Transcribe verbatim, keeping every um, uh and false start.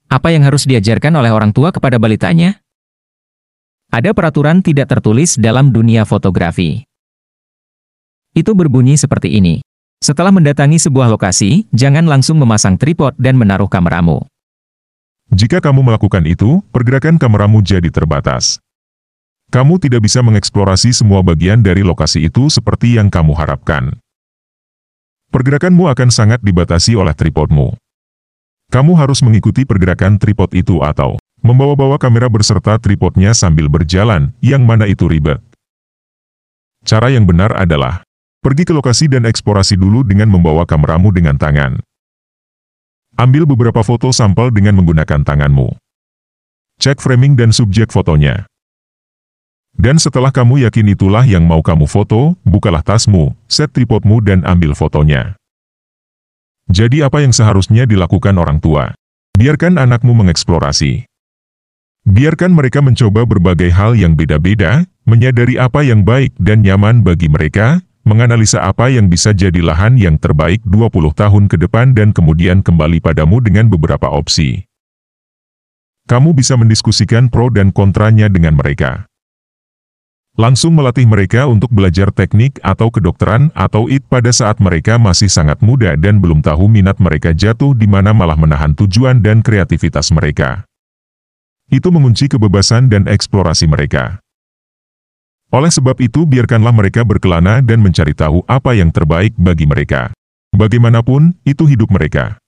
Apa yang harus diajarkan oleh orang tua kepada balitanya? Ada peraturan tidak tertulis dalam dunia fotografi. Itu berbunyi seperti ini. Setelah mendatangi sebuah lokasi, jangan langsung memasang tripod dan menaruh kameramu. Jika kamu melakukan itu, pergerakan kameramu jadi terbatas. Kamu tidak bisa mengeksplorasi semua bagian dari lokasi itu seperti yang kamu harapkan. Pergerakanmu akan sangat dibatasi oleh tripodmu. Kamu harus mengikuti pergerakan tripod itu atau membawa-bawa kamera berserta tripodnya sambil berjalan, yang mana itu ribet. Cara yang benar adalah pergi ke lokasi dan eksplorasi dulu dengan membawa kameramu dengan tangan. Ambil beberapa foto sampel dengan menggunakan tanganmu. Cek framing dan subjek fotonya. Dan setelah kamu yakin itulah yang mau kamu foto, bukalah tasmu, set tripodmu dan ambil fotonya. Jadi apa yang seharusnya dilakukan orang tua? Biarkan anakmu mengeksplorasi. Biarkan mereka mencoba berbagai hal yang beda-beda, menyadari apa yang baik dan nyaman bagi mereka, menganalisa apa yang bisa jadi lahan yang terbaik dua puluh tahun ke depan dan kemudian kembali padamu dengan beberapa opsi. Kamu bisa mendiskusikan pro dan kontranya dengan mereka. Langsung melatih mereka untuk belajar teknik atau kedokteran atau I T pada saat mereka masih sangat muda dan belum tahu minat mereka jatuh di mana malah menahan tujuan dan kreativitas mereka. Itu mengunci kebebasan dan eksplorasi mereka. Oleh sebab itu biarkanlah mereka berkelana dan mencari tahu apa yang terbaik bagi mereka. Bagaimanapun, itu hidup mereka.